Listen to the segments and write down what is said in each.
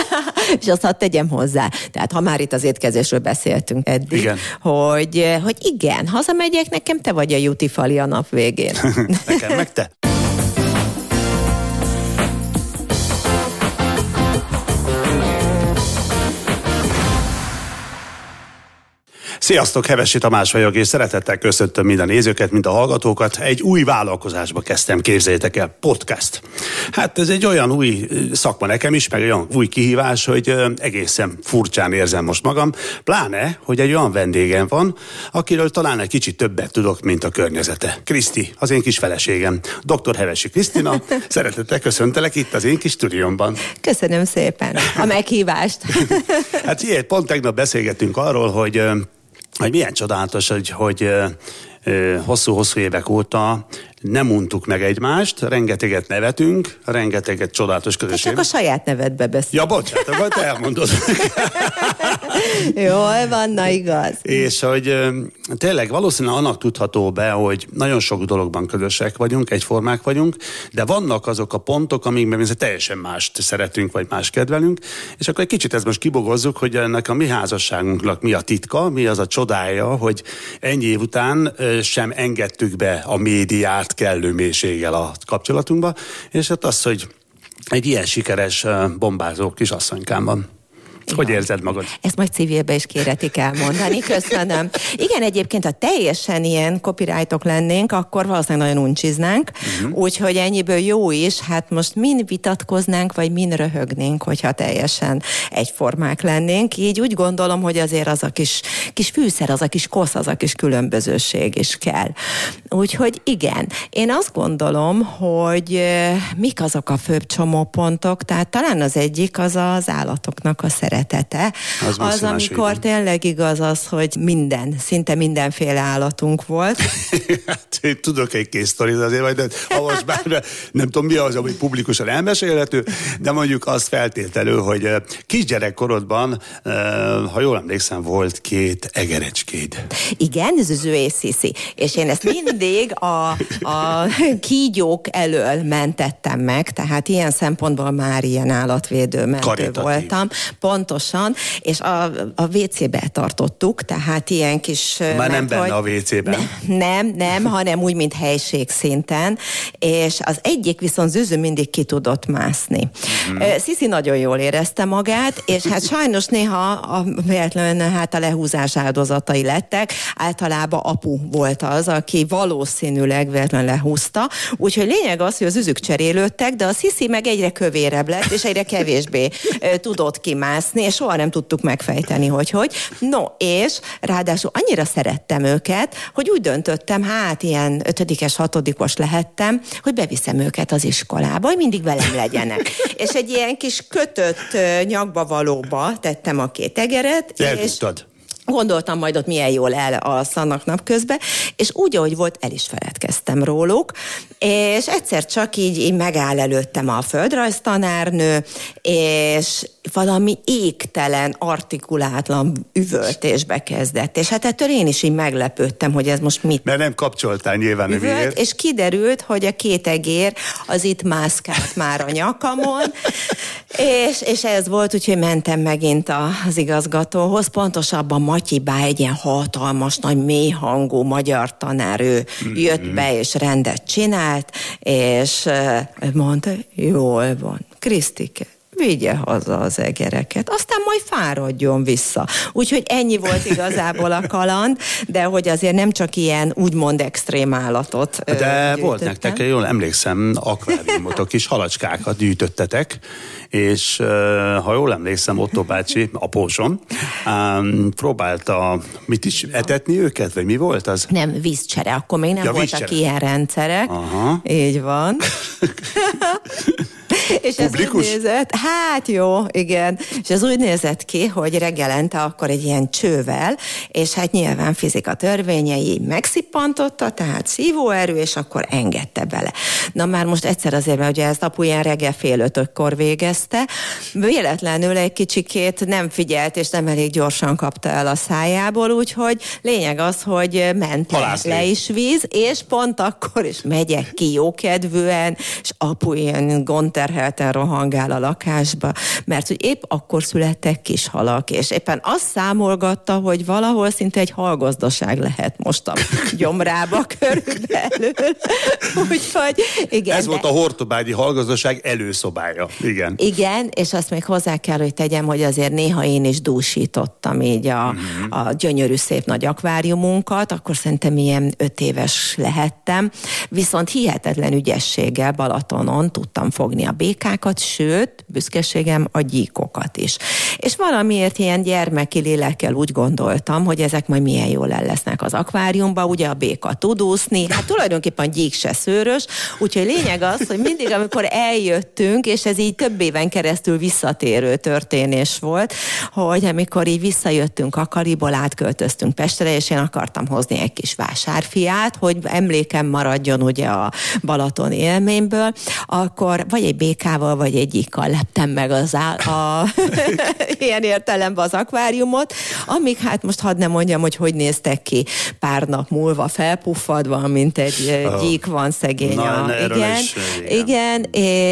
És azt hadd tegyem hozzá. Tehát ha már itt az étkezésről beszéltünk eddig, igen. Hogy igen, hazamegyek, nekem te vagy a jutifali a nap végén. Nekem meg te. Sziasztok, Hevesi Tamás vagyok, és szeretettel köszöntöm mind a nézőket, mind a hallgatókat. Egy új vállalkozásba kezdtem, képzeljétek el, podcast. Hát ez egy olyan új szakma nekem is, meg olyan új kihívás, hogy egészen furcsán érzem most magam. Pláne, hogy egy olyan vendégem van, akiről talán egy kicsit többet tudok, mint a környezete. Kriszti, az én kis feleségem. Dr. Hevesi Krisztina, szeretettel köszöntelek itt az én kis stúdiómban. Köszönöm szépen a meghívást. Hát ilyen, pont tegnap beszélgettünk arról, hogy milyen csodálatos, hogy hosszú-hosszú évek óta nem untuk meg egymást, rengeteget nevetünk, rengeteget csodálatos közösség. Csak a saját nevedbe beszél. Ja, bocsánat, majd te elmondod. Jól van, na igaz. És hogy tényleg valószínűleg annak tudható be, hogy nagyon sok dologban közösek vagyunk, egyformák vagyunk, de vannak azok a pontok, amikben mi teljesen mást szeretünk, vagy más kedvelünk, és akkor egy kicsit ezt most kibogozzuk, hogy ennek a mi házasságunknak mi a titka, mi az a csodája, hogy ennyi év után sem engedtük be a médiát kellő mélységgel a kapcsolatunkba, és hát az, hogy egy ilyen sikeres, bombázó kis asszonykám van. Hogy érzed magad? Ezt majd civilbe is kéretik elmondani, köszönöm. Igen, egyébként, ha teljesen ilyen copyrightok lennénk, akkor valószínűleg nagyon uncsiznánk, úgyhogy ennyiből jó is, hát most mind vitatkoznánk, vagy mind röhögnénk, hogyha teljesen egyformák lennénk. Így úgy gondolom, hogy azért az a kis fűszer, az a kis kosz, az a kis különbözőség is kell. Úgyhogy igen, én azt gondolom, hogy mik azok a főbb csomópontok, tehát talán az egyik az az állatoknak a szeretete. Az amikor tényleg igaz az, hogy szinte mindenféle állatunk volt. Hát, én tudok egy kész sztorit azért, majd most bár nem tudom mi az, ami publikusan elmesélhető, de mondjuk azt feltételő, hogy kisgyerekkorodban, ha jól emlékszem, volt 2 egerecskéd. Igen, Züző és Sziszi. És én ezt mindig a kígyók elől mentettem meg, tehát ilyen szempontból már ilyen állatvédő mentő voltam. Pontosan, és a WC-be tartottuk, tehát ilyen kis... Már nem benne a WC-ben. Nem, hanem úgy, mint helység szinten, és az egyik viszont Züző mindig ki tudott mászni. Sziszi nagyon jól érezte magát, és hát sajnos néha véletlenül a lehúzás áldozatai lettek, általában apu volt az, aki valószínűleg véletlenül lehúzta, úgyhogy lényeg az, hogy az Züzük cserélődtek, de a Sziszi meg egyre kövérebb lett, és egyre kevésbé tudott kimászni, és soha nem tudtuk megfejteni, hogy. No, és ráadásul annyira szerettem őket, hogy úgy döntöttem, hát ilyen 5-es, 6-os lehettem, hogy beviszem őket az iskolába, hogy mindig velem legyenek. És egy ilyen kis kötött nyakba valóba tettem a 2 egeret. Eltudtad. Gondoltam, majd ott milyen jól elalszanak napközben, és úgy, ahogy volt, el is feledkeztem róluk, és egyszer csak így megáll előttem a földrajztanárnő, és valami égtelen, artikulátlan üvöltésbe kezdett. És hát ettől én is így meglepődtem, hogy ez most mit. Mert nem kapcsoltál nyilván üvölt, és kiderült, hogy a 2 egér az itt mászkált már a nyakamon, és ez volt, úgyhogy mentem megint az igazgatóhoz, pontosabban Matyi bá, egy ilyen hatalmas, nagy, mélyhangú magyar tanár, ő jött be, és rendet csinált, és mondta, jól van, Krisztike, vigye haza az egereket, aztán majd fáradjon vissza. Úgyhogy ennyi volt igazából a kaland, de hogy azért nem csak ilyen úgymond extrém állatot de gyűjtöttem. Volt nektek, jól emlékszem, akváriumotok is, halacskákat gyűjtöttetek, és ha jól emlékszem, Otto bácsi, apósom, próbálta mit is etetni őket, vagy mi volt az? Nem, vízcsere, akkor még nem voltak vízcsere. Ilyen rendszerek. Aha. Így van. És publikus? Ez úgy nézett, hát jó, igen, és ez úgy nézett ki, hogy reggelente akkor egy ilyen csővel, és hát nyilván fizika törvényei megszippantotta, tehát szívóerő, és akkor engedte bele. Na már most egyszer azért, mert ugye ezt apu ilyen reggel 4:30 végezte, véletlenül egy kicsikét nem figyelt, és nem elég gyorsan kapta el a szájából, úgyhogy lényeg az, hogy ment le is víz, és pont akkor is megyek ki jókedvűen, és apu ilyen gondterhelt terhelten rohangál a lakásba, mert hogy épp akkor születtek kis halak, és éppen azt számolgatta, hogy valahol szinte egy halgazdaság lehet most a gyomrába körülbelül. Úgyhogy igen. Ez volt a hortobágyi halgazdaság előszobája. Igen. Igen, és azt még hozzá kell, hogy tegyem, hogy azért néha én is dúsítottam így a gyönyörű szép nagy akváriumunkat, akkor szerintem ilyen 5 éves lehettem, viszont hihetetlen ügyességgel Balatonon tudtam fogni a békákat, sőt, büszkeségem a gyíkokat is. És valamiért ilyen gyermeki lélekkel úgy gondoltam, hogy ezek majd milyen jól el lesznek az akváriumban, ugye a béka tud úszni, hát tulajdonképpen gyík se szőrös, úgyhogy lényeg az, hogy mindig, amikor eljöttünk, és ez így több éven keresztül visszatérő történés volt, hogy amikor így visszajöttünk Akariból, átköltöztünk Pestre, és én akartam hozni egy kis vásárfiát, hogy emlékem maradjon ugye a Balaton élményből, akkor vagy egy békával, vagy egy gyíkkal leptem meg ilyen értelemben az akváriumot, amíg hát most hadd ne mondjam, hogy néztek ki pár nap múlva felpuffadva, mint egy gyík van szegény. Igen,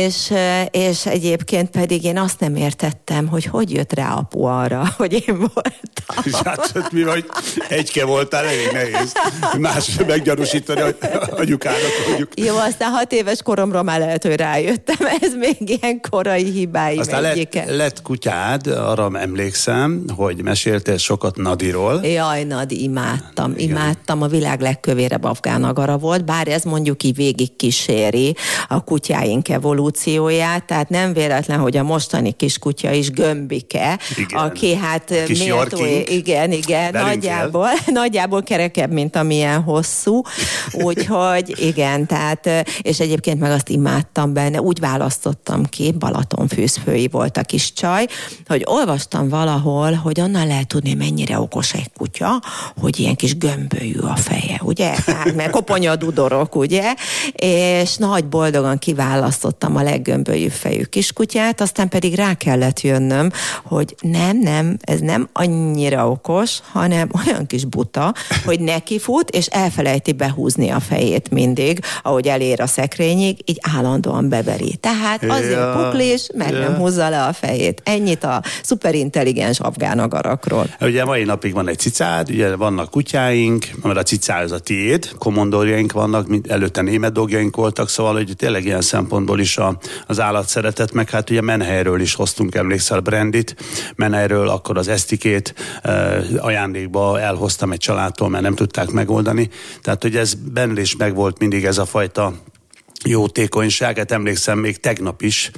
és egyébként pedig én azt nem értettem, hogy jött rá apu arra, hogy én voltam. Hát mi vagy egyke voltál, elég nehéz. Más meggyanúsítani anyukának mondjuk. Jó, aztán 6 éves koromra már lehet, hogy rájöttem, ez még ilyen korai hibáim aztán egyike. Lett kutyád, arra emlékszem, hogy meséltél sokat Nadiról. Jaj, Nadi, imádtam, a világ legkövérebb afgán agara volt, bár ez mondjuk így végig kíséri a kutyáink evolúcióját, tehát nem véletlen, hogy a mostani kis kutya is Gömbike, igen. Aki hát méltó, igen, nagyjából kerekebb, mint amilyen hosszú, úgyhogy igen, tehát, és egyébként meg azt imádtam benne, úgy választottam ki, Balatonfűzfői volt a kis csaj, hogy olvastam valahol, hogy onnan lehet tudni, mennyire okos egy kutya, hogy ilyen kis gömbölyű a feje, ugye? Hát, mert koponyadudorok, ugye? És nagy boldogan kiválasztottam a leggömbölyűbb fejű kiskutyát, aztán pedig rá kellett jönnöm, hogy nem, ez nem annyira okos, hanem olyan kis buta, hogy neki fut, és elfelejti behúzni a fejét mindig, ahogy elér a szekrényig, így állandóan beveri. Tehát azért puklis, mert nem húzza le a fejét. Ennyit a szuperintelligens afgán agarakról. Ugye mai napig van egy cicád, ugye vannak kutyáink, mert a cicá az a tiéd, kommandorjaink vannak, mint előtte német dogjaink voltak, szóval hogy tényleg ilyen szempontból is az állatszeretet, meg hát ugye Menhelyről is hoztunk, emlékszel, Brandit, Menhelyről akkor az esztikét ajándékba elhoztam egy családtól, mert nem tudták megoldani. Tehát, hogy ez benne is megvolt mindig ez a fajta jótékonyságát, emlékszem még tegnap is,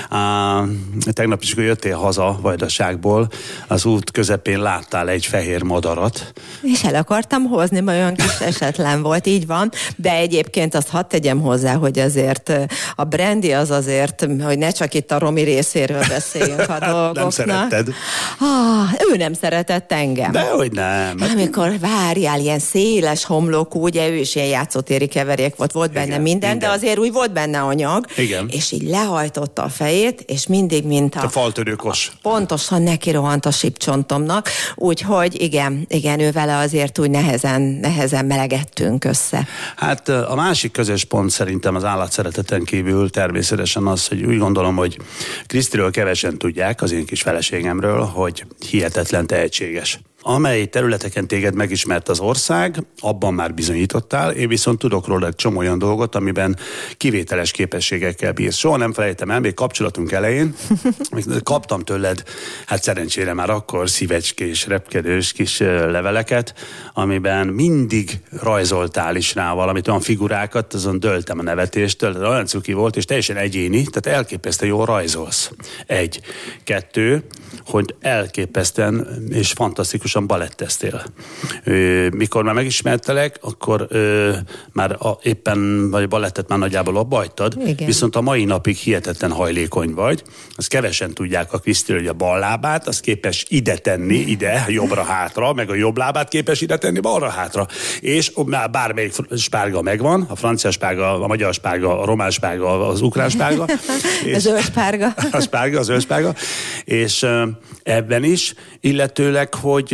hogy jöttél haza Vajdaságból, az út közepén láttál egy fehér madarat. És el akartam hozni, mert olyan kis esetlen volt, így van, de egyébként azt hadd tegyem hozzá, hogy azért a Brandy az azért, hogy ne csak itt a Romi részéről beszéljünk a dolgoknak. Nem szeretted? Ő nem szeretett engem. Dehogy nem. Amikor várjál, ilyen széles homlokú, ugye ő is ilyen játszótéri keverék volt benne minden, de azért úgy volt benne anyag, igen. És így lehajtotta a fejét, és mindig, mint a faltörőkos. Pontosan neki rohant a sípcsontomnak, úgyhogy igen, ő vele azért úgy nehezen melegettünk össze. Hát a másik közös pont szerintem az állatszereteten kívül természetesen az, hogy úgy gondolom, hogy Krisztiről kevesen tudják, az én kis feleségemről, hogy hihetetlen tehetséges. Amely területeken téged megismert az ország, abban már bizonyítottál, én viszont tudok róla egy csomó olyan dolgot, amiben kivételes képességekkel bírsz. Soha nem felejtem el, még kapcsolatunk elején, kaptam tőled, hát szerencsére már akkor szívecskés, repkedős kis leveleket, amiben mindig rajzoltál is rá valamit, olyan figurákat, azon döltem a nevetéstől, olyan cuki volt, és teljesen egyéni, tehát elképesztően jól rajzolsz. 1. 2, hogy elképesztően és fantasztikusan baletteztél. Mikor már megismertelek, akkor már éppen vagy balettet már nagyjából abba hagytad, viszont a mai napig hihetetlen hajlékony vagy. Azt kevesen tudják a Krisztiről, hogy a bal lábát, az képes ide tenni, ide, jobbra-hátra, meg a jobb lábát képes ide tenni, balra-hátra. És már bármelyik spárga megvan, a francia spárga, a magyar spárga, a román spárga, az ukrán spárga. A zöld spárga. A zöld spárga. És ebben is, illetőleg, hogy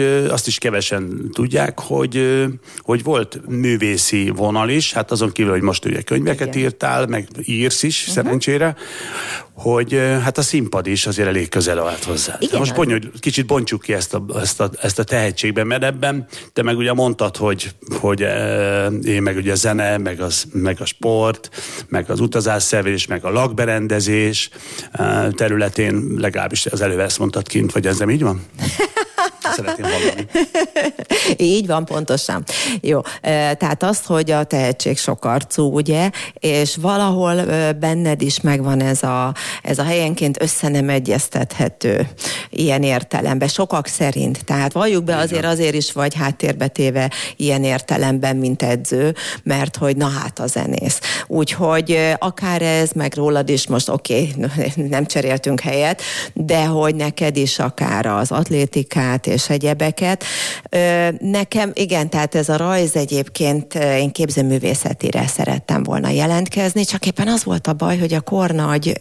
azt is kevesen tudják, hogy volt művészi vonal is, hát azon kívül, hogy most ugye könyveket írtál, meg írsz is, szerencsére, hogy hát a színpad is azért elég közel állt hozzá. Most kicsit bontsuk ki ezt a tehetségben, mert ebben te meg ugye mondtad, hogy én meg ugye a zene, meg a sport, meg az utazásszervezés, meg a lakberendezés területén, legalábbis az előbb ezt mondtad kint, vagy ez nem így van? Szeretném hallani. Így van, pontosan. Jó, tehát azt, hogy a tehetség sokarcú, ugye, és valahol benned is megvan ez a helyenként össze nem egyeztethető ilyen értelemben, sokak szerint. Tehát valljuk be, azért is vagy háttérbe téve ilyen értelemben, mint edző, mert hogy na hát a zenész. Úgyhogy akár ez, meg rólad is most nem cseréltünk helyet, de hogy neked is akár az atlétikát és egyebeket. Nekem, igen, tehát ez a rajz egyébként, én képzőművészetire szerettem volna jelentkezni, csak éppen az volt a baj, hogy a kornagy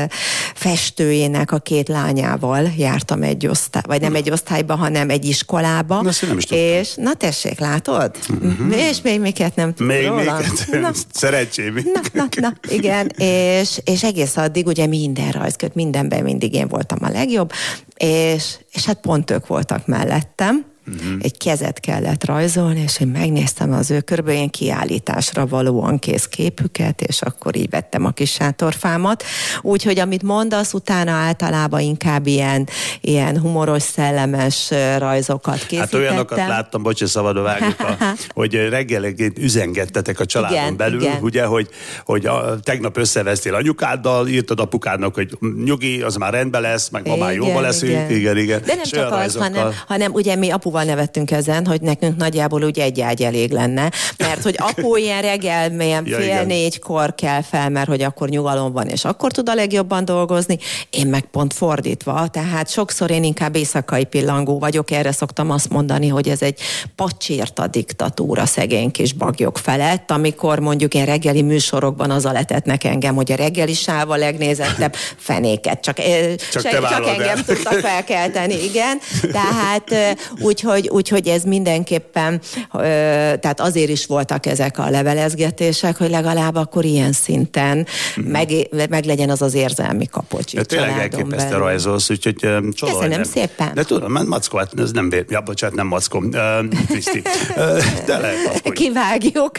festőjének a 2 lányával jártam egy osztály, vagy nem egy osztályba, hanem egy iskolába. És na tessék, látod? És még miket nem tudom rólam. Szerencsém. Na, igen, és egész addig ugye minden rajzköt, mindenben mindig én voltam a legjobb, és hát pont ők voltak mellettem. Egy kezet kellett rajzolni, és én megnéztem az ő körülbelül ilyen kiállításra valóan kész képüket, és akkor így vettem a kis sátorfámat. Úgyhogy amit mondasz, utána általában inkább ilyen humoros, szellemes rajzokat készítettem. Hát olyanokat láttam, bocs, szabadba vágjuk, hogy reggelenként üzengettetek a családon belül, ugye, hogy tegnap összevesztél anyukáddal, írtad apukádnak, hogy nyugi, az már rendben lesz, meg ma már jóba leszünk. Igen. De nem csak az, hanem ugye mi apuval nevettünk ezen, hogy nekünk nagyjából ugye egy ágy elég lenne, mert hogy apu ilyen reggel mélyen 3:30 kell fel, mert hogy akkor nyugalom van, és akkor tud a legjobban dolgozni, én meg pont fordítva, tehát sokszor én inkább éjszakai pillangó vagyok, erre szoktam azt mondani, hogy ez egy pacsírta diktatúra szegény kis bagyok felett, amikor mondjuk én reggeli műsorokban azzal etetnek engem, hogy a reggeli sáv a legnézettebb fenéket, csak engem tudtak felkelteni, igen, tehát úgyhogy ez mindenképpen, tehát azért is voltak ezek a levelezgetések, hogy legalább akkor ilyen szinten meg legyen az érzelmi kapocs. De tényleg elképesztő rajzolsz, úgyhogy csodolj. Köszönöm szépen. De tudom, Mackó, hát ez nem bocsánat, nem Mackó, Kriszti. De lehet. Kivágjuk.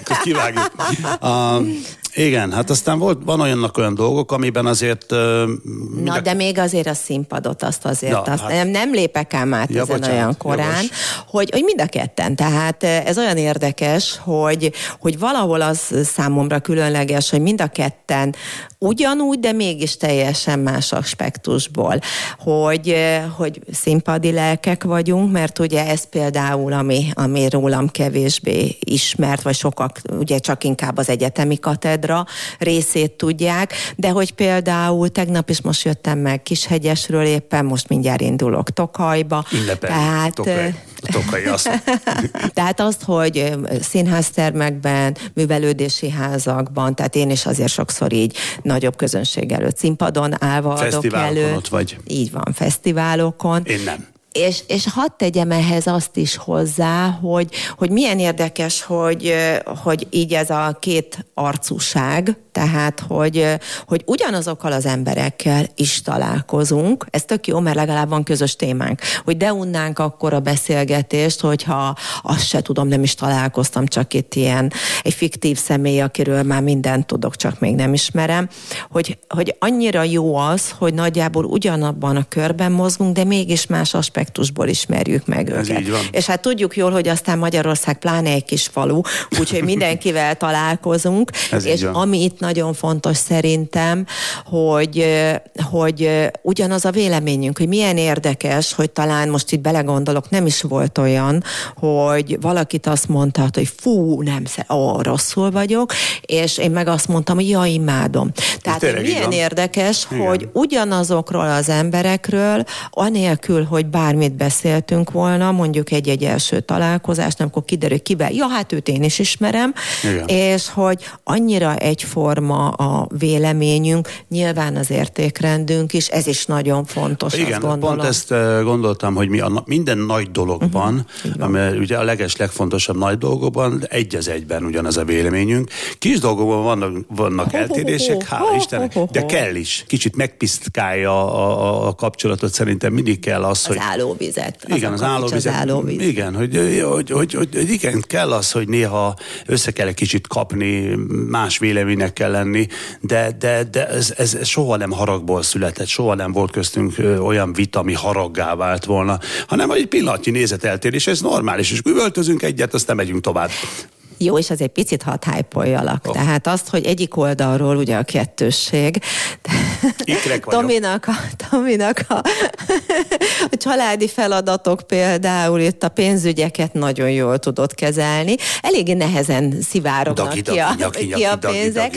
Igen, hát aztán van olyan dolgok, amiben azért... de még azért a színpadot nem lépek ám át ezen olyan korán, hogy mind a ketten. Tehát ez olyan érdekes, hogy valahol az számomra különleges, hogy mind a ketten ugyanúgy, de mégis teljesen más aspektusból, hogy színpadi lelkek vagyunk, mert ugye ez például, ami rólam kevésbé ismert, vagy sokak ugye csak inkább az egyetemi katedra részét tudják, de hogy például tegnap is most jöttem meg Kishegyesről éppen, most mindjárt indulok Tokajba. Tokai azt. Tehát azt, hogy színháztermekben, művelődési házakban, tehát én is azért sokszor így nagyobb közönség előtt színpadon állva adok elő. Ott vagy. Így van, fesztiválokon. Én nem. És hadd tegyem ehhez azt is hozzá, hogy milyen érdekes, hogy így ez a 2 arcúság, tehát hogy ugyanazokkal az emberekkel is találkozunk. Ez tök jó, mert legalább van közös témánk. Hogy de unnánk akkor a beszélgetést, hogyha azt se tudom, nem is találkoztam, csak itt ilyen egy fiktív személy, akiről már mindent tudok, csak még nem ismerem, hogy annyira jó az, hogy nagyjából ugyanabban a körben mozgunk, de mégis más aspektusból ismerjük meg őket. És hát tudjuk jól, hogy aztán Magyarország pláne egy kis falu, úgyhogy mindenkivel találkozunk, és ami itt nagyon fontos szerintem, hogy ugyanaz a véleményünk, hogy milyen érdekes, hogy talán most itt belegondolok, nem is volt olyan, hogy valakit azt mondta, hogy fú, rosszul vagyok, és én meg azt mondtam, hogy imádom. Tehát milyen érdekes, hogy ugyanazokról az emberekről, anélkül, hogy bármit beszéltünk volna, mondjuk egy első találkozást, amikor kiderül kivel, hát őt én is ismerem, és hogy annyira egyforma egyforma a véleményünk, nyilván az értékrendünk is, ez is nagyon fontos. Igen, pont ezt gondoltam, hogy mi minden nagy dologban, ami ugye a legfontosabb nagy dolgokban egy az egyben ugyanaz a véleményünk. Kis dolgokban vannak eltérések, hála Istennek, de kell is. Kicsit megpiszkálja a kapcsolatot, szerintem mindig kell az, hogy... Az állóvizet. Igen, az állóvizet. Igen, hogy igen, kell az, hogy néha össze kell egy kicsit kapni, más véleménynek kell lenni, de ez soha nem haragból született, soha nem volt köztünk olyan vita, ami haraggá vált volna, hanem egy pillanatnyi nézeteltérés, ez normális, és üvöltözünk egyet, aztán megyünk tovább. Jó, és az egy picit hadd hype-oljalak. Tehát azt, hogy egyik oldalról ugye a kettősség. Tominak a családi feladatok például itt a pénzügyeket nagyon jól tudott kezelni. Eléggé nehezen szivárognak ki a pénzek.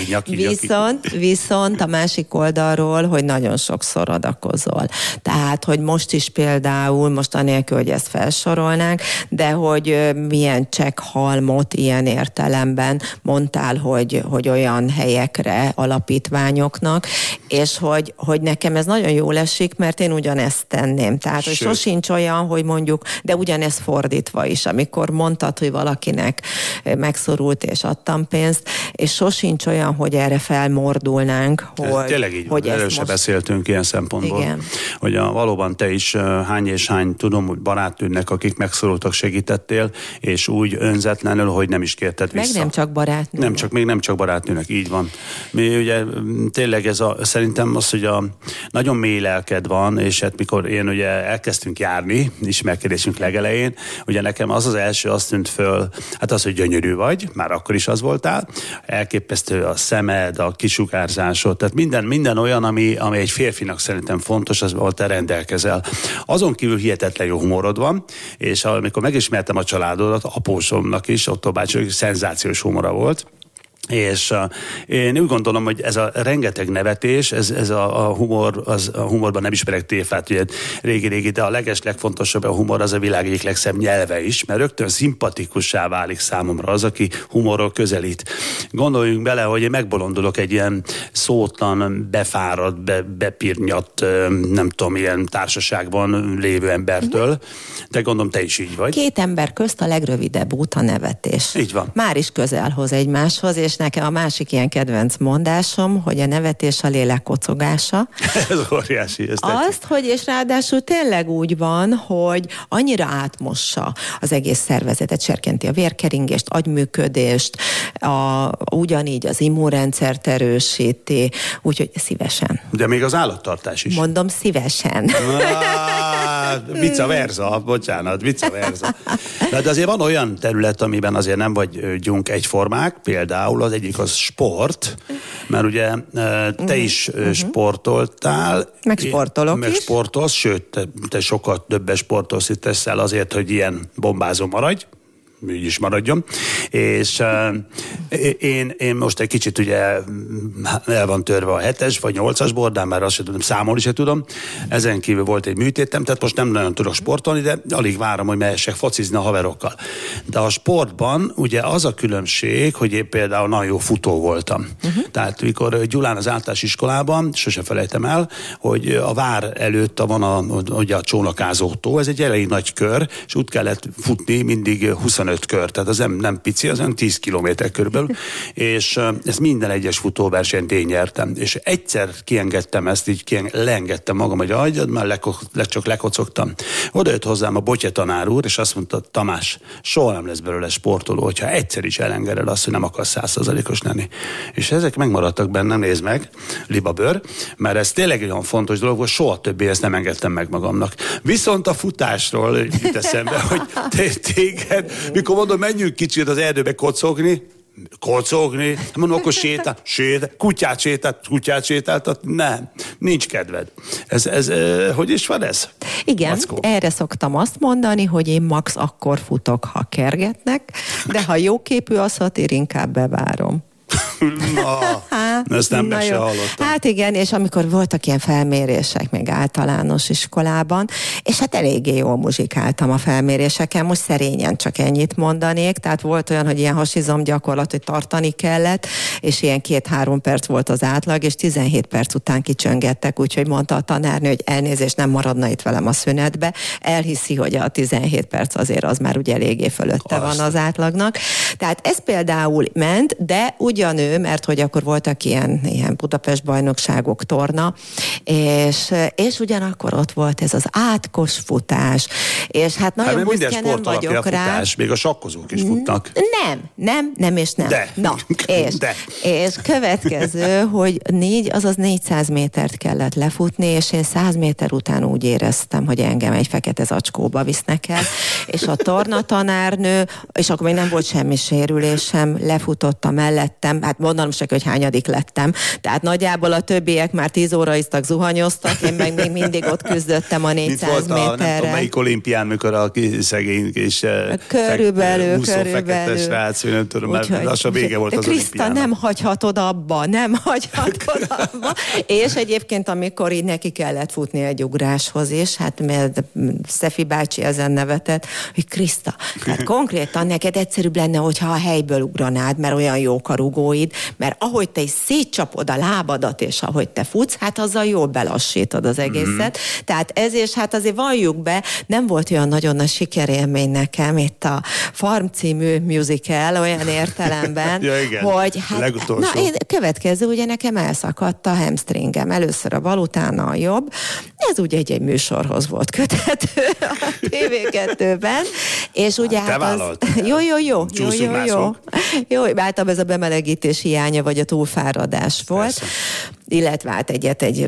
Viszont a másik oldalról, hogy nagyon sokszor adakozol. Tehát, hogy most is például, most anélkül, hogy ezt felsorolnánk, de hogy milyen csekkhalmot ilyen értelemben mondtál, hogy olyan helyekre, alapítványoknak, és hogy nekem ez nagyon jól esik, mert én ugyanezt tenném. Tehát, hogy sosincs olyan, hogy mondjuk, de ugyanez fordítva is, amikor mondtad, hogy valakinek megszorult és adtam pénzt, és sosincs olyan, hogy erre felmordulnánk, hogy... Tényleg így van, erről se beszéltünk ilyen szempontból. Igen. Hogy valóban te is hány és hány, tudom, hogy barátnőnek, akik megszorultak, segítettél, és úgy önzetlenül, hogy nem is kérted vissza. Meg nem csak barátnőnek. Nem csak barátnőnek, így van. Mi ugye tényleg szerintem az, hogy nagyon mély lelked van, és hát mikor én ugye elkezdtünk járni, ismerkedésünk legelején, ugye nekem az első azt tűnt föl, hát az, hogy gyönyörű vagy, már akkor is az voltál, elképesztő a szemed, a kisugárzásod, tehát minden olyan, ami egy férfinak szerintem fontos, az ahol te rendelkezel. Azon kívül hihetetlen jó humorod van, és amikor megismertem a családodat, apósomnak is, Otto bácsi, szenzációs humora volt, és én úgy gondolom, hogy ez a rengeteg nevetés, ez a humor, a humorban nem ismerek téfát, ugye régi, de a legfontosabb a humor az a világ egyik legszebb nyelve is, mert rögtön szimpatikussá válik számomra az, aki humorról közelít. Gondoljunk bele, hogy én megbolondulok egy ilyen szótlan, befáradt, bepirnyadt, nem tudom, ilyen társaságban lévő embertől, de gondolom te is így vagy. Két ember közt a legrövidebb út a nevetés. Így van. Már is közel hoz egymáshoz, és nekem a másik ilyen kedvenc mondásom, hogy a nevetés a lélek kocogása. Ez óriási. Azt, hogy és ráadásul tényleg úgy van, hogy annyira átmossa az egész szervezetet, serkenti a vérkeringést, agyműködést, ugyanígy az immunrendszert erősíti, úgyhogy szívesen. De még az állattartás is. Mondom, szívesen. Vice versa, bocsánat, vice versa. De azért van olyan terület, amiben azért nem vagyunk egyformák, például az egyik az sport, mert ugye te is sportoltál. Meg sportolok meg is. Sportolsz, sőt, te sokkal többet sportolsz, itt teszel azért, hogy ilyen bombázó maradj. Így is maradjon. És én most egy kicsit ugye el van törve a 7-es vagy 8-as bordán, már azt sem tudom, számolni sem tudom. Ezen kívül volt egy műtétem, tehát most nem nagyon tudok sportolni, de alig várom, hogy mehessek focizni a haverokkal. De a sportban ugye az a különbség, hogy én például nagyon jó futó voltam. Tehát mikor Gyulán az általános iskolában, sose felejtem el, hogy a vár előtt van ugye a csónakázótó, ez egy elég nagy kör, és úgy kellett futni mindig 25 kör, tehát az nem pici, az 10 kilométer körülbelül, és ezt minden egyes futóversenyt én nyertem. És egyszer kiengedtem ezt, így leengedtem magam, hogy adjad, már csak lekocogtam. Oda jött hozzám a Botye tanár úr, és azt mondta, Tamás, soha nem lesz belőle sportoló, hogyha egyszer is elengeded azt, hogy nem akarsz 100%-os lenni. És ezek megmaradtak bennem, nézd meg, libabőr, mert ez tényleg olyan fontos dolog, hogy soha többé ezt nem engedtem meg magamnak. Viszont a futásról jut eszembe, hogy téged, mikor mondom, menjünk kicsit az erdőbe kocogni, mondom, akkor kutyát sétáltat, nem, nincs kedved. Ez hogy is van ez? Igen, Mackó? Erre szoktam azt mondani, hogy én max akkor futok, ha kergetnek, de ha jóképű aszat, én inkább bevárom. Ezt nem se hallottam. Hát igen, és amikor voltak ilyen felmérések még általános iskolában, és hát eléggé jól muzsikáltam a felméréseken, most szerényen csak ennyit mondanék, tehát volt olyan, hogy ilyen hasizom gyakorlat, hogy tartani kellett, és ilyen 2-3 perc volt az átlag, és 17 perc után kicsöngettek, úgyhogy mondta a tanárnő, hogy elnézést, nem maradna itt velem a szünetbe, elhiszi, hogy a 17 perc azért az már ugye eléggé fölötte van az átlagnak. Tehát ez például ment, de ugyanő, mert hogy akkor voltak ilyen Budapest bajnokságok, torna, és ugyanakkor ott volt ez az átkos futás, és hát nagyon büszke nem vagyok rá. Futás, még a sakkozók is futnak. Nem és nem. De. Na, és következő, hogy 400 métert kellett lefutni, és én 100 méter után úgy éreztem, hogy engem egy fekete zacskóba visznek el, és a tornatanárnő, és akkor még nem volt semmi sérülésem, lefutotta mellettem, hát mondanom se, hogy hányadik lettem, tehát nagyjából a többiek már 10 óra isztak, zuhanyoztak, én meg még mindig ott küzdöttem a 400 méterre. Nem tudom, melyik olimpián, mikor a szegény és körülbelül. fekete srác, nem tudom, mert lassan vége volt az Kriszta, olimpiának. nem hagyhatod abba. És egyébként, amikor így neki kellett futni egy ugráshoz is, hát mert Szefi bácsi ezen nevetett, hogy Kriszta, hát konkrétan neked egyszerűbb lenne, hogyha a helyből ugranád, mert olyan jók a rugóid, mert ahogy te is szétcsapod a lábadat, és ahogy te futsz, hát azzal jól belassítod az egészet. Tehát ez, és hát azért valljuk be, nem volt olyan nagyon nagy sikerélmény nekem itt a Farm című musical, olyan értelemben, ja, igen. hogy hát, én következő, ugye nekem elszakadt a hamstringem, először a bal, utána a jobb. Ez ugye egy műsorhoz volt köthető a TV2-ben, és ugye hát hát az... Jó, általában ez a bemelegítés hiánya, vagy a túlfáradás volt. Persze. Illetve hát egy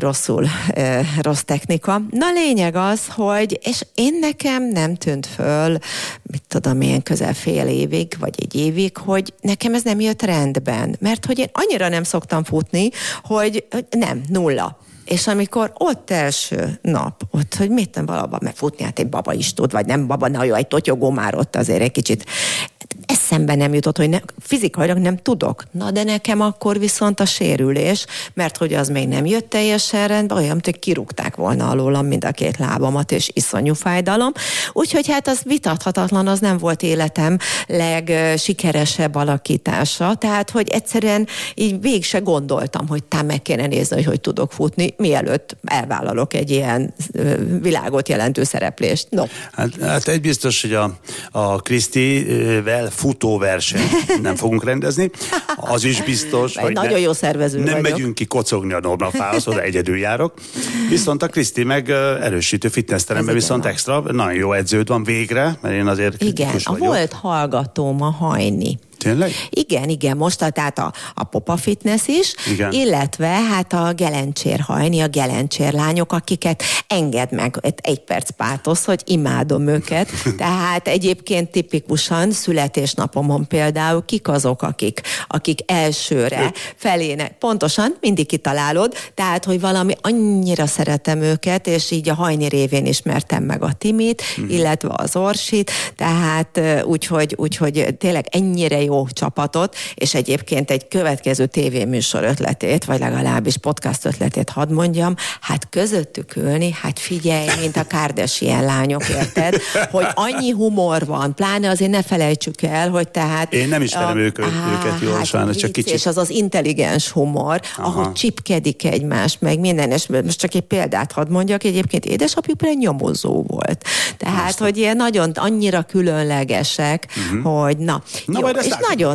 rossz technika. Na lényeg az, hogy, és én nekem nem tűnt föl, mit tudom én, közel fél évig, vagy egy évig, hogy nekem ez nem jött rendben. Mert hogy én annyira nem szoktam futni, hogy nem, 0. És amikor ott első nap, ott, hogy mit nem valahol, mert futni, hát egy baba is tud, vagy nem baba, na jó, egy totyogó már ott azért egy kicsit eszembe nem jutott, hogy fizikailag nem tudok. Na, de nekem akkor viszont a sérülés, mert hogy az még nem jött teljesen rendbe, olyan, hogy kirúgták volna alólam mind a 2 lábamat, és iszonyú fájdalom. Úgyhogy hát az vitathatatlan, az nem volt életem legsikeresebb alakítása. Tehát, hogy egyszerűen így végig se gondoltam, hogy meg kéne nézni, hogy tudok futni, mielőtt elvállalok egy ilyen világot jelentő szereplést. No. Hát egy biztos, hogy a Krisztivel futóversenyt nem fogunk rendezni. Az is biztos, hogy nagyon jó szervező nem vagyok. megyünk ki kocogni a Normafához, oda egyedül járok. Viszont a Kriszti meg erősítő fitnessteremben viszont extra, nagyon jó edződ van végre, mert én azért kritikus vagyok. Volt hallgatóm a Hajni. Tényleg? Igen, most tehát a Popa Fitness is, igen. Illetve hát a Gelencsér Hajni, a Gelencsér lányok, akiket enged meg egy perc pátosz, hogy imádom őket. Tehát egyébként tipikusan születésnapomon például kik azok, akik elsőre felének. Pontosan, mindig kitalálod, tehát, hogy valami annyira szeretem őket, és így a Hajni révén ismertem meg a Timit, illetve az Orsit, tehát úgyhogy tényleg ennyire jó csapatot, és egyébként egy következő tévéműsor ötletét, vagy legalábbis podcast ötletét hadd mondjam, hát közöttük ülni, hát figyelj, mint a Kardashian lányok, érted? Hogy annyi humor van, pláne azért ne felejtsük el, hogy tehát... Én nem ismerem őket jól, hát sajnos, csak kicsit. És az intelligens humor, ahogy csipkedik egymást, meg minden, és most csak egy példát hadd mondjak, egyébként édesapjuk például nyomozó volt. Tehát, hogy ilyen nagyon, annyira különlegesek, hogy jó, és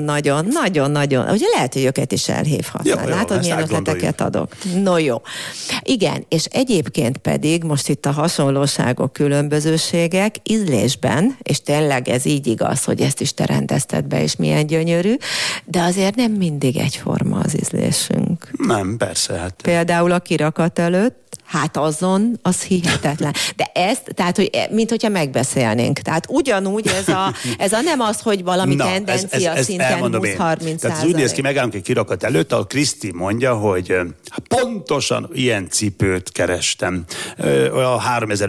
nagyon, ugye lehet, hogy őket is elhívhatnál. Látod, milyen ötleteket adok. No jó. Igen, és egyébként pedig most itt a hasonlóságok, különbözőségek ízlésben, és tényleg ez így igaz, hogy ezt is te rendezted be, és milyen gyönyörű, de azért nem mindig egyforma az ízlésünk. Nem, persze. Hát. Például a kirakat előtt, hát azon, az hihetetlen. De ezt, tehát, hogy mint hogyha megbeszélnénk. Tehát ugyanúgy ez a nem az, hogy valami tendencia szinten 20-30%. Tehát ez úgy néz ki, megállunk egy kirakat előtt, ahol Kriszti mondja, hogy pontosan ilyen cipőt kerestem. A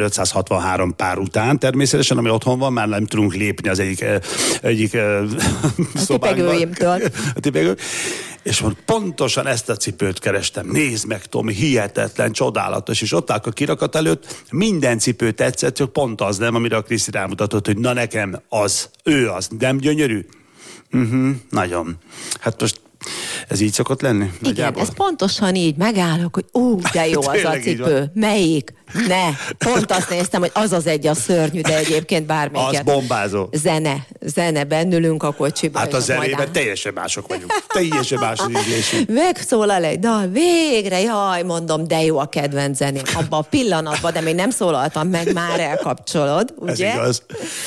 3563 pár után természetesen, ami otthon van, már nem tudunk lépni az egyik szobánkban. A tipegőimtől. És pontosan ezt a cipőt kerestem. Nézd meg, Tomi, hihetetlen, csodálatos. És ott állok a kirakat előtt, minden cipő tetszett, csak pont az nem, amire a Kriszti rámutatott, hogy na nekem az, ő az, nem gyönyörű? Nagyon. Hát most ez így szokott lenni? Igen, ez pontosan így, megállok, hogy de jó az a cipő. Melyik? Ne, pont azt néztem, hogy az egy a szörnyű, de egyébként bármelyiket. Az bombázó. Zene, bennülünk a kocsiba. Hát a zenében teljesen mások vagyunk. Teljesen más az ízlésünk. Megszólal egy dal, végre, jaj, mondom, de jó a kedvenc zeném. Abban a pillanatban, de még nem szólaltam meg, már elkapcsolod, ugye? Ez igaz.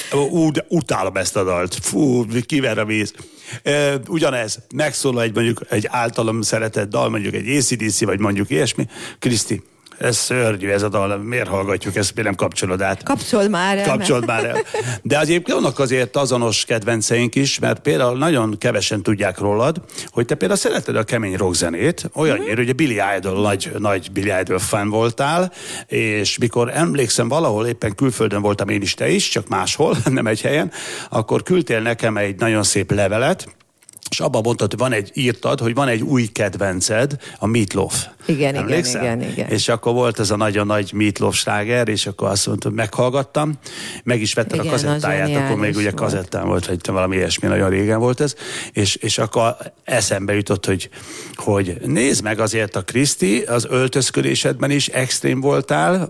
Utálom ezt a dalt. Fú, kiver a víz. Ugyanez, megszólal mondjuk egy általam szeretett dal, mondjuk egy AC/DC, vagy mondjuk ilyesmi. Kriszti, ez szörnyű, ez a dal, miért hallgatjuk, ezt miért nem kapcsolod át? Kapcsold már el. De azért vannak azért azonos kedvenceink is, mert például nagyon kevesen tudják rólad, hogy te például szereted a kemény rockzenét, olyannyira, hogy a Billy Idol, nagy Billy Idol fan voltál, és mikor emlékszem, valahol éppen külföldön voltam én is, te is, csak máshol, nem egy helyen, akkor küldtél nekem egy nagyon szép levelet, és abban mondtad, hogy írtad, hogy van egy új kedvenced, a Meat Loaf. Igen. És akkor volt ez a nagyon nagy Meat Loaf sláger, és akkor azt mondtam, meghallgattam, meg is vettem a kazettáját, akkor még ugye kazettán volt, vagy valami ilyesmi, nagyon régen volt ez, és akkor eszembe jutott, hogy nézd meg azért a Kriszti, az öltözködésedben is extrém voltál,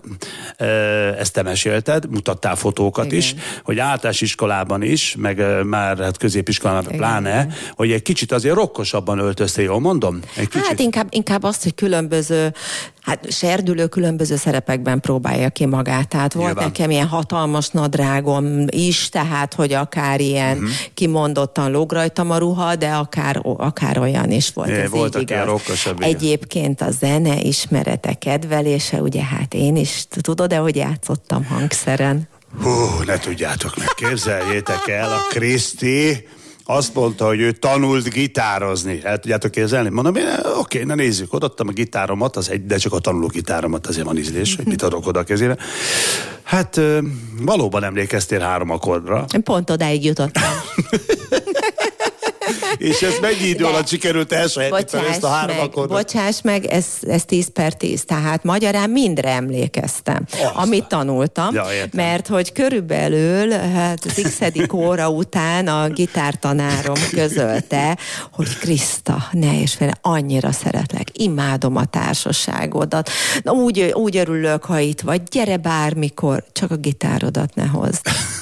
ezt te mesélted, mutattál fotókat is, hogy általános iskolában is, meg már hát középiskolában pláne, hogy egy kicsit azért rokkosabban öltöztél, jól mondom? Hát inkább azt, hogy különböző, serdülő különböző szerepekben próbálja ki magát. Tehát volt nekem ilyen hatalmas nadrágom is, tehát, hogy akár ilyen kimondottan lóg rajtam a ruha, de akár olyan is volt. Ez voltak így ilyen rokkosabb. Egyébként a zene ismerete, kedvelése, ugye hát én is, tudod-e, hogy játszottam hangszeren? Ne tudjátok meg, képzeljétek el, a Kriszti azt mondta, hogy ő tanult gitározni. El tudjátok képzelni? Mondom, oké, na nézzük, odaadtam a gitáromat, de csak a tanuló gitáromat, azért van ízlés, hogy mit adok oda a kezébe. Hát valóban emlékeztél 3 akkordra. Pont odáig jutottam. És ez mennyi idő alatt sikerült elsajátítani ezt a 3 akkordot? Bocsáss meg, ez 10/10, tehát magyarán mindre emlékeztem, amit tanultam, mert hogy körülbelül az x-edik óra után a gitártanárom közölte, hogy Kriszta, ne és fele, annyira szeretlek, imádom a társaságodat, na, úgy örülök, ha itt vagy, gyere bármikor, csak a gitárodat ne hozd.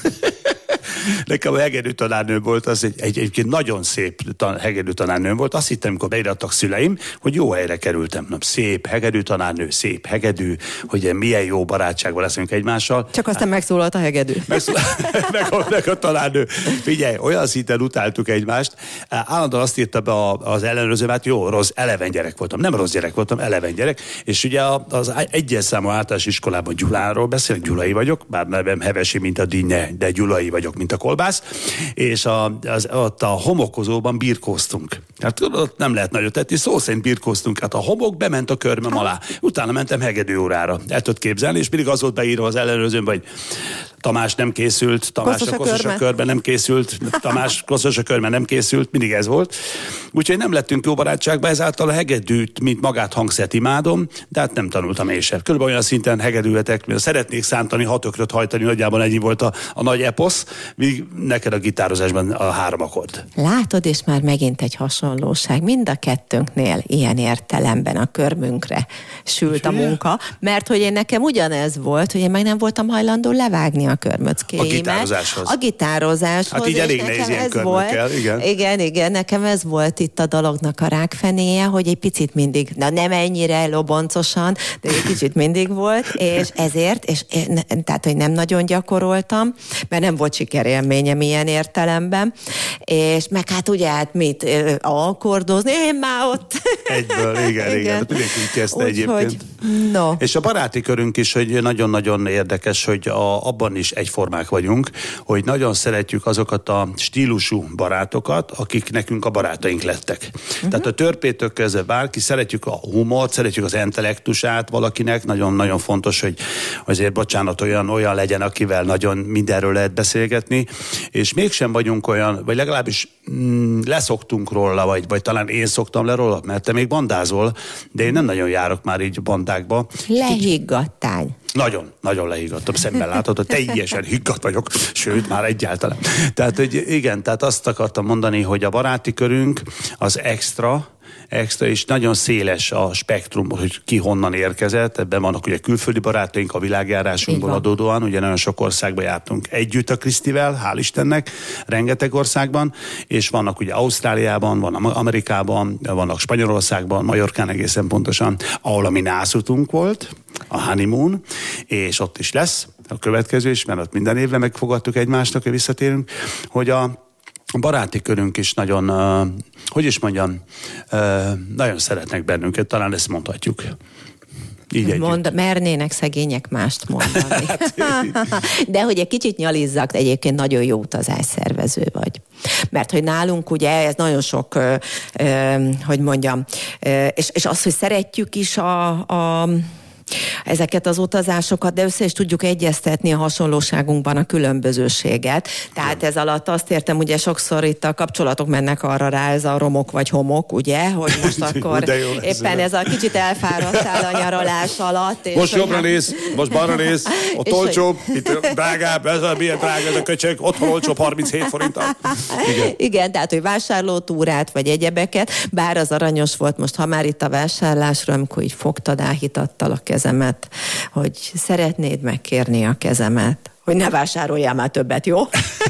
Nekem a hegedű tanárnő volt, az egyébként nagyon szép hegedű tanárnő volt. Azt hittem, amikor beirattak szüleim, hogy jó helyre kerültem. Na, szép hegedű tanárnő, szép hegedű, hogy milyen jó barátságban leszünk egymással. Csak aztán megszólalt a hegedű. meg a tanárnő. Figyelj, olyan szinten utáltuk egymást. Állandóan azt írta be az ellenőrző, hát jó, eleven gyerek voltam. Nem rossz gyerek voltam, eleven gyerek. És ugye az egyes számú általános iskolában Gyuláról beszélek, gyulai vagyok, bár nevem Hevesi, mint a dinnye, de gyulai vagyok, mint a kolbász, és ott a homokozóban birkóztunk. Hát ott nem lehet nagyot tenni, szó szerint birkóztunk. Hát a homok bement a körmöm alá. Utána mentem hegedű órára. El tudod képzelni, és mindig az volt beírva az ellenőrzőn, hogy Tamás nem készült, Tamás a koszos a körben nem készült, Tamás koszos a körben nem készült, mindig ez volt. Úgyhogy nem lettünk jó barátságba, ezáltal a hegedűt, mint magát hangszert imádom, de hát nem tanultam én sem. Körülbelül olyan szinten hegedűvetek, mert szeretnék szántani, 6 ökröt hajtani, nagyjából ennyi volt a nagy eposz, míg neked a gitározásban a 3 akkord. Látod, és már megint egy hasonlóság. Mind a kettőnknél ilyen értelemben a körmünkre sült a munka, mert hogy nekem ugyanez volt, hogy én meg nem voltam hajlandó levágni a körmöckéimet. A gitározáshoz. A gitározáshoz. Hát így elég nehéz ilyen körmökkel, igen. Igen, nekem ez volt itt a dolognak a rákfenéje, hogy egy picit mindig, nem ennyire loboncosan, de egy kicsit mindig volt, és ezért, tehát, hogy nem nagyon gyakoroltam, mert nem volt sikerélményem ilyen értelemben, és meg hát ugye mit akkordozni, én már ott. Egyből, igen. Mindenki kezdte egyébként. No. És a baráti körünk is, hogy nagyon-nagyon érdekes, hogy abban is egyformák vagyunk, hogy nagyon szeretjük azokat a stílusú barátokat, akik nekünk a barátaink lettek. Tehát a törpétől kezdve bárki, szeretjük a humort, szeretjük az intellektusát valakinek, nagyon-nagyon fontos, hogy azért, bocsánat, olyan legyen, akivel nagyon mindenről lehet beszélgetni, és mégsem vagyunk olyan, vagy legalábbis leszoktunk róla, vagy talán én szoktam le róla, mert te még bandázol, de én nem nagyon járok már így bandákba. Lehiggadtál. Nagyon lehiggadtam, szemben látod, hogy teljesen higgadt vagyok, sőt, már egyáltalán. Tehát, hogy igen, tehát azt akartam mondani, hogy a baráti körünk az extra, és nagyon széles a spektrum, hogy ki honnan érkezett. Ebben vannak ugye külföldi barátaink a világjárásunkból adódóan, ugye nagyon sok országban jártunk együtt a Krisztivel, hál' Istennek, rengeteg országban, és vannak ugye Ausztráliában, vannak Amerikában, vannak Spanyolországban, Majorkán egészen pontosan, ahol a mi nászutunk volt, a honeymoon, és ott is lesz a következő is, mert ott minden évben megfogadtuk egymásnak, hogy visszatérünk, hogy a baráti körünk is nagyon, nagyon szeretnek bennünket, talán ezt mondhatjuk. Mernének szegények mást mondani. De hogy egy kicsit nyalizzak, egyébként nagyon jó utazásszervező vagy. Mert hogy nálunk ugye ez nagyon sok, és az, hogy szeretjük is ezeket az utazásokat, de össze is tudjuk egyeztetni a hasonlóságunkban a különbözőséget. Tehát ez alatt azt értem, ugye sokszor itt a kapcsolatok mennek arra rá, ez a romok vagy homok, ugye, hogy most akkor éppen ez a kicsit elfáradtál a nyaralás alatt. És most jobbra néz, most balra néz, ott olcsóbb, itt drágább, milyen drága ez a köcsög, otthon olcsóbb 37 forinttal. Igen, tehát, hogy vásárlótúrát vagy egyebeket, bár az aranyos volt most, ha már itt a vásárlásról, amikor így fogtad, áhítattal a kezemet, hogy szeretnéd megkérni a kezemet, hogy ne vásároljál már többet, jó?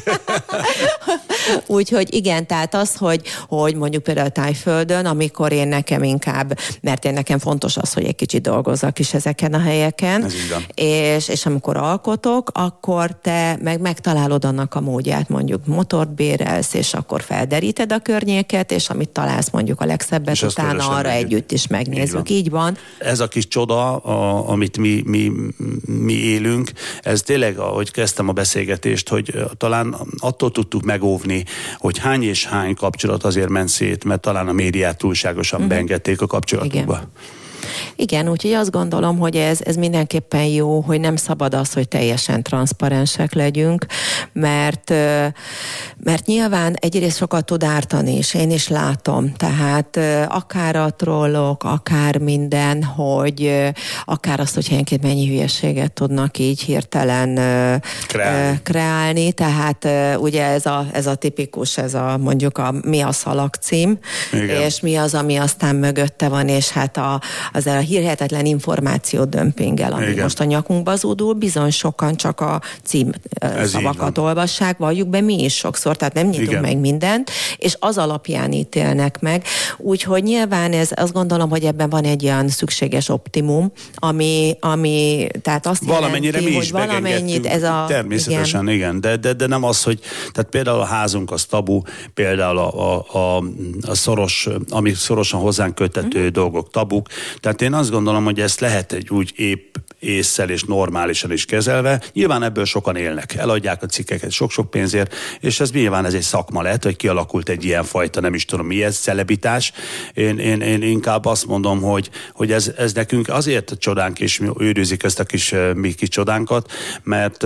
Úgyhogy igen, tehát az, hogy mondjuk például Tájföldön, amikor én nekem inkább, mert én nekem fontos az, hogy egy kicsit dolgozzak is ezeken a helyeken, és amikor alkotok, akkor te megtalálod annak a módját, mondjuk motort bérelsz, és akkor felderíted a környéket, és amit találsz mondjuk a legszebbet, és utána arra együtt is megnézzük. Így van. Ez a kis csoda, amit mi élünk, ez tényleg, ahogy kezdtem a beszélgetést, hogy talán attól tudtuk megóvni, hogy hány és hány kapcsolat azért ment szét, mert talán a médiát túlságosan beengedték a kapcsolatokba. Igen, úgyhogy azt gondolom, hogy ez mindenképpen jó, hogy nem szabad az, hogy teljesen transzparensek legyünk, mert nyilván egyrészt sokat tud ártani, és én is látom, tehát akár a trollok, akár minden, hogy akár azt, hogy helyenként mennyi hülyeséget tudnak így hirtelen kreálni, tehát ugye ez a tipikus, mondjuk mi a szalagcím, és mi az, ami aztán mögötte van, és hát az a hihetetlen információ dömpinggel, ami most a nyakunkba zúdul, bizony sokan csak a cím szavakat olvassák, valljuk be mi is sokszor, tehát nem nyitunk meg mindent, és az alapján ítélnek meg. Úgyhogy nyilván azt gondolom, hogy ebben van egy olyan szükséges optimum, ami tehát azt jelenti, hogy valamennyit ez a... Természetesen, igen. De nem az, hogy tehát például a házunk az tabu, például a szoros, amik szorosan hozzánk köthető dolgok tabuk. Tehát én azt gondolom, hogy ezt lehet egy úgy épp ésszel és normálisan is kezelve. Nyilván ebből sokan élnek, eladják a cikkeket sok-sok pénzért, és ez nyilván ez egy szakma lett, hogy kialakult egy ilyen fajta, nem is tudom mi ez, celebitás. Én inkább azt mondom, hogy ez nekünk azért csodánk, és mi őrizik ezt a mi kis csodánkat, mert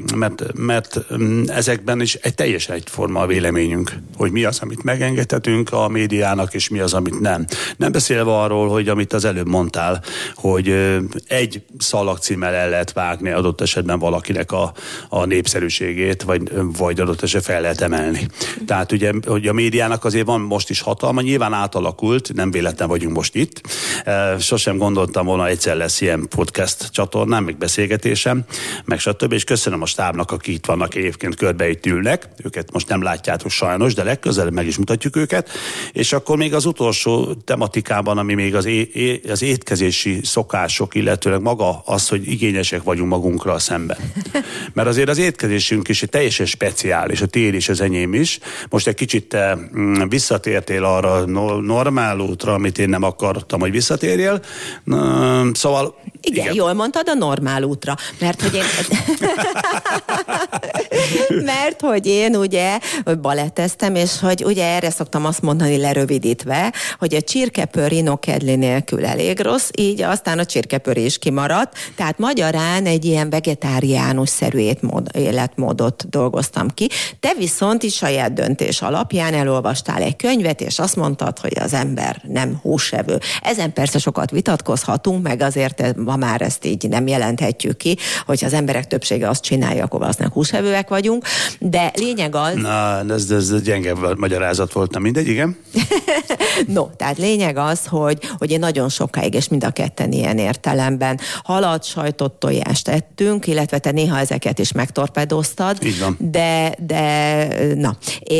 ezekben is teljesen egyforma a véleményünk, hogy mi az, amit megengedhetünk a médiának, és mi az, amit nem. Nem beszélve arról, hogy amit az előbb mondtál, hogy egy szalagcímmel el lehet vágni adott esetben valakinek a népszerűségét, vagy adott esetben fel lehet emelni. Tehát ugye, hogy a médiának azért van most is hatalma, nyilván átalakult, nem véletlen vagyunk most itt. Sosem gondoltam volna, egyszer lesz ilyen podcast csatornám, meg beszélgetésem, meg stb. És köszönöm a stábnak, akik itt vannak, egyébként körbe itt ülnek. Őket most nem látjátok sajnos, de legközelebb meg is mutatjuk őket. És akkor még az utolsó tematikában, ami még az étkezési szokások, illetőleg maga az, hogy igényesek vagyunk magunkra szemben. Mert azért az étkezésünk is teljesen speciális, a tiéd és az enyém is. Most egy kicsit visszatértél arra normál útra, amit én nem akartam, hogy visszatérjél. Szóval Igen, jól mondtad, a normál útra. Mert hogy én ugye baletteztem, és hogy ugye erre szoktam azt mondani lerövidítve, hogy a csirkepör inokedli nélkül elég rossz, így aztán a csirkepör is kimaradt. Tehát magyarán egy ilyen vegetáriánus-szerű életmódot dolgoztam ki. Te viszont is saját döntés alapján elolvastál egy könyvet, és azt mondtad, hogy az ember nem húsevő. Ezen persze sokat vitatkozhatunk, meg azért ma már ezt így nem jelenthetjük ki, hogy az emberek többsége azt csinálja, akkor valószínűleg húsevőek vagyunk, de lényeg az... Na, ez gyenge magyarázat volt, nem mindegy, igen? No, tehát lényeg az, hogy én nagyon sokáig, és mind a ketten ilyen értelemben halat, sajtot, tojást ettünk, illetve te néha ezeket is megtorpedoztad. Így van. De na.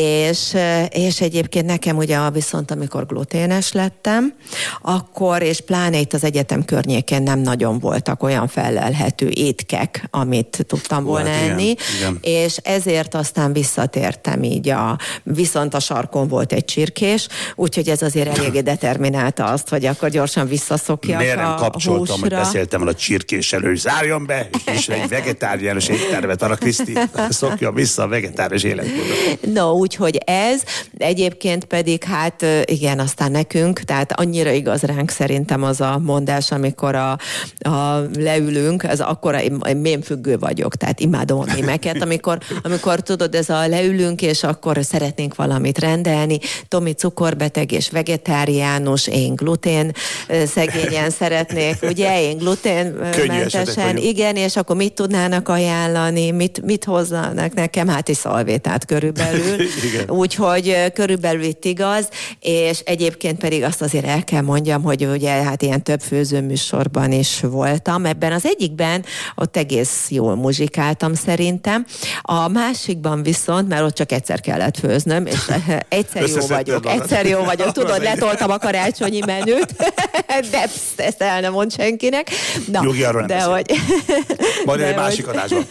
És egyébként nekem ugye viszont, amikor gluténes lettem, akkor, és pláne itt az egyetem környékén nem nagyon voltak olyan fellelhető étkek, amit tudtam volna enni, igen. És ezért aztán visszatértem így viszont a sarkon volt egy csirkés, úgyhogy ez azért eléggé determinálta azt, hogy akkor gyorsan visszaszokjak a húsra. Miért nem kapcsoltam, hogy beszéltem el a csirkéssel, hogy zárjon be, és egy vegetáriánus éttermet arra, Kriszti, szokja vissza a vegetáriánus életmódot. No, úgyhogy ez, egyébként pedig hát igen, aztán nekünk, tehát annyira igaz ránk szerintem az a mondás, amikor leülünk, ez akkora, én mémfüggő vagyok, tehát imádom a mémeket, amikor tudod, ez a leülünk, és akkor szeretnénk valamit rendelni, Tomi cukorbeteg és vegetáriánus, én glutén szegényen szeretnék, ugye, én gluténmentesen, igen, és akkor mit tudnának ajánlani, mit hozzanak nekem, hát egy szalvétát körülbelül, úgyhogy körülbelül itt igaz, és egyébként pedig azt azért el kell mondjam, hogy ugye hát ilyen több főzőműsorban is voltam, ebben az egyikben ott egész jól muzsikáltam szerintem, a másikban viszont, mert ott csak egyszer kellett főznöm, és egyszer jó vagyok, tudod, letoltam a karácsonyi menüt, de ezt el nem mond senkinek. Na, Jogi, arról nem hogy... Majd egy másik adásban.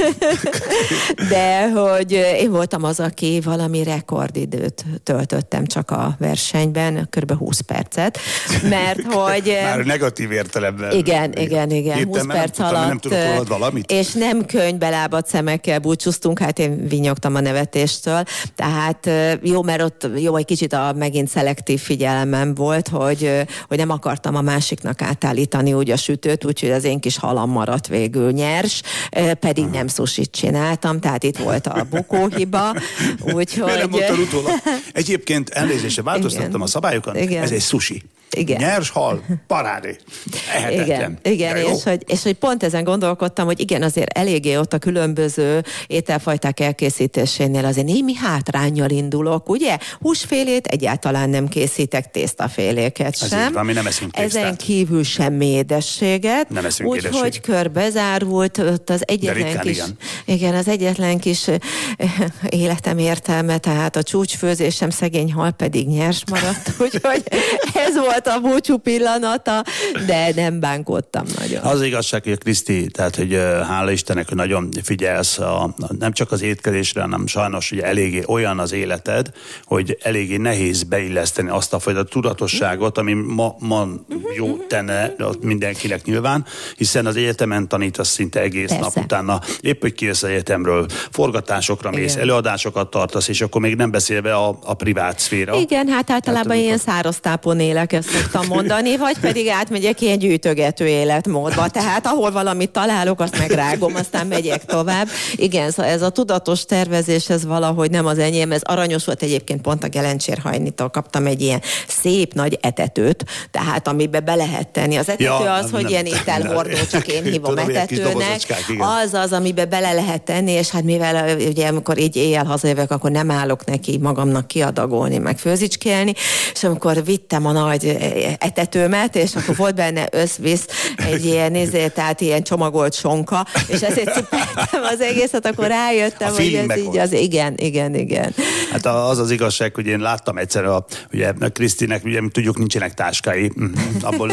De hogy én voltam az, aki valami rekordidőt töltöttem csak a versenyben, kb. 20 percet, mert hogy... Már negatív értelemben. Igen, 20 perc alatt. Nem tudok rólad valamit? És nem könyvbelábadt szemekkel búcsúztunk, hát én vinyogtam a nevetéstől, tehát jó, mert ott jó, egy kicsit megint szelektív figyelmem volt, hogy nem akartam a másiknak átállítani úgy a sütőt, úgyhogy az én kis halam maradt végül nyers, pedig nem sushit csináltam, tehát itt volt a bukóhiba, úgyhogy... Miért nem mondtad utólag? Egyébként elnézésre változtattam a szabályokat, ez egy sushi. Igen. Nyers hal, parádé. Ehetetlen. Igen, és hogy pont ezen gondolkodtam, hogy igen, azért eléggé ott a különböző ételfajták elkészítésénél azért némi hátránnyal indulok, ugye? Húsfélét egyáltalán nem készítek, tésztaféléket sem. Ez így van, mi nem eszünk tésztát. Ezen kívül semmi édességet. Nem eszünk édességet. Úgyhogy körbezárult ott az egyetlen kis... Igen, az egyetlen kis életem értelme, tehát a csúcsfőzésem, szegény hal pedig nyers maradt, úgyhogy ez volt a búcsú pillanata, de nem bánkodtam nagyon. Az igazság, hogy Kriszti, tehát, hogy hála Istennek, hogy nagyon figyelsz nem csak az étkezésre, hanem sajnos, hogy eléggé olyan az életed, hogy eléggé nehéz beilleszteni azt a fajta tudatosságot, ami ma jó tenne mindenkinek nyilván, hiszen az egyetemen tanítasz szinte egész nap, utána épp, hogy kijössz az egyetemről, forgatásokra mész, előadásokat tartasz, és akkor még nem beszélve a privát szféra. Igen, hát általában ilyen száraz tápon élek, ezt szoktam mondani, vagy pedig átmegyek ilyen gyűjtögető életmódba. Tehát ahol valamit találok, azt megrágom, aztán megyek tovább. Igen, szóval ez a tudatos tervezés, ez valahogy nem az enyém, ez aranyos volt egyébként, pont a Gelencsér-Hajnitól kaptam egy ilyen szép nagy etetőt, tehát amiben be lehet tenni. Az etető az, hogy ilyen ételhordó, csak én hívom etetőnek. Az, amiben bele lehet tenni, és hát mivel ugye amikor így éjjel hazajövök, akkor nem állok neki magamnak kiadagolni, meg főzicskélni, és amikor vittem a nagy etetőmet, és akkor volt benne összvisz egy ilyen tehát ilyen csomagolt sonka, és ezért cipeltem az egészet, akkor rájöttem, hogy ez így az, igen. Hát az igazság, hogy én láttam egyszer, ugye Krisztinek, ugye tudjuk, nincsenek táskái, abból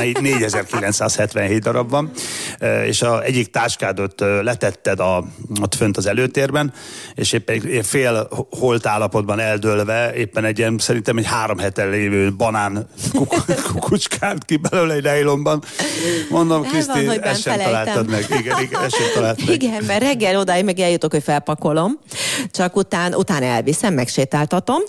4977 darab van, és egyik táskádot letetted ott fönt az előtérben, és éppen fél holt állapotban eldőlve, éppen egy ilyen, szerintem egy 3 hete lévő banán kukucskát ki belőle egy nejlonban. Mondom, Kriszti, ezt sem találtad meg. Igen, ezt sem találtad meg. Igen, mert reggel odáig meg eljutok, hogy felpakolom, csak utána elviszem, megsétáltatom,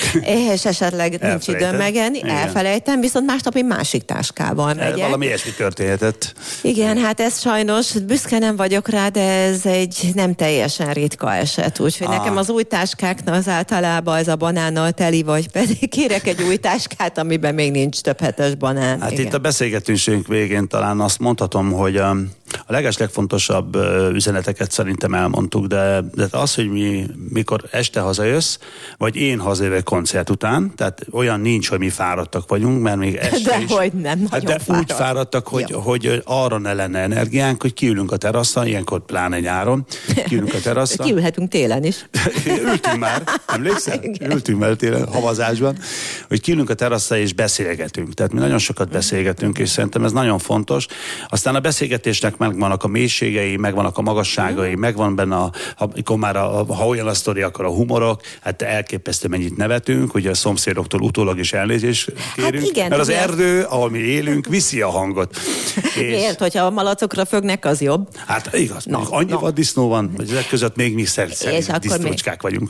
és esetleg nincs időm megenni, elfelejtem, viszont másnap egy másik táskával megyek. Valami ilyesmi történhetett. Igen, hát ez sajnos, büszke nem vagyok rá, de ez egy nem teljesen ritka eset, úgyhogy nekem az új táskáknak az általában ez a banánnal teli, vagy pedig kérek egy új táskát, amiben még nincs több hetes banán. Hát igen. Itt a beszélgetésünk végén talán azt mondhatom, hogy a legfontosabb üzeneteket szerintem elmondtuk, de az, hogy mikor este hazajössz, vagy én hazajövök koncert után, tehát olyan nincs, hogy mi fáradtak vagyunk, mert még este de is. Hogy nem, nagyon de úgy fáradtak, hogy arra ne lenne energiánk, hogy kiülünk a teraszon, ilyenkor pláne nyáron, kiülünk a teraszon. Kiülhetünk télen is. Ültünk már, emlékszel? Ültünk már télen, havazásban, hogy kiülünk a teraszon és beszélgetünk. Tehát mi nagyon sokat beszélgetünk, és szerintem ez nagyon fontos. Aztán a beszélgetésnek megvannak a mélységei, megvannak a magasságai, megvan benne, amikor már ha olyan a sztori, akkor a humorok, hát elképesztő mennyit nevetünk, ugye a szomszédoktól utólag is elnézést kérünk, hát igen, mert az erdő, ahol mi élünk, viszi a hangot. Miért, hogyha a malacokra fögnek, az jobb? Hát igaz, annyi vaddisznó van, hogy ezek között még mi disznócskák vagyunk.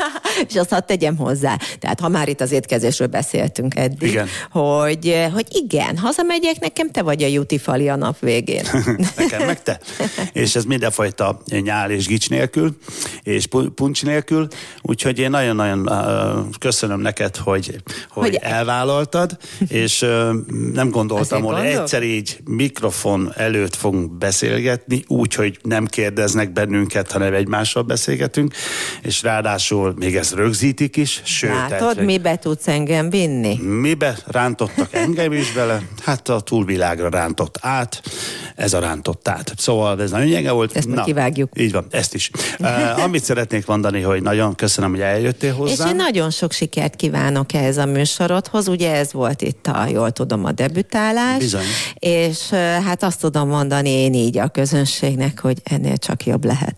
És azt hadd tegyem hozzá. Tehát ha már itt az étkezésről beszéltünk eddig, igen. Hogy igen, hazamegyek, nekem te vagy a jutifali a nap végén. Nekem meg te. És ez mindenfajta nyál és gics nélkül, és puncs nélkül. Úgyhogy én nagyon-nagyon köszönöm neked, hogy elvállaltad, és nem gondoltam, hogy egyszer így mikrofon előtt fogunk beszélgetni, úgyhogy nem kérdeznek bennünket, hanem egymással beszélgetünk, és ráadásul még ezt rögzítik is. Sőt, látod, mibe tudsz engem vinni? Mibe rántottak engem is bele? Hát a túlvilágra rántott át, ez a rántott át. Szóval ez nagyon gyenge volt. Ezt kivágjuk. Így van, ezt is. Amit szeretnék mondani, hogy nagyon köszönöm, hogy eljöttél hozzám. És én nagyon sok sikert kívánok ehhez a műsorodhoz. Ugye ez volt itt jól tudom, a debütálás. Bizony. És hát azt tudom mondani én így a közönségnek, hogy ennél csak jobb lehet.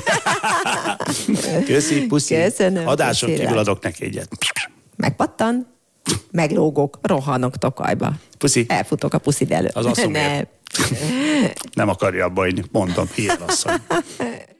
Köszi, puszi. Köszönöm. Adáson kívül adok neki egyet. Megpattan, meglógok, rohanok tokajba. Puszi. Elfutok a puszid elő. Az asszonyért. Nem akarja abba, hogy mondom, ilyen asszony.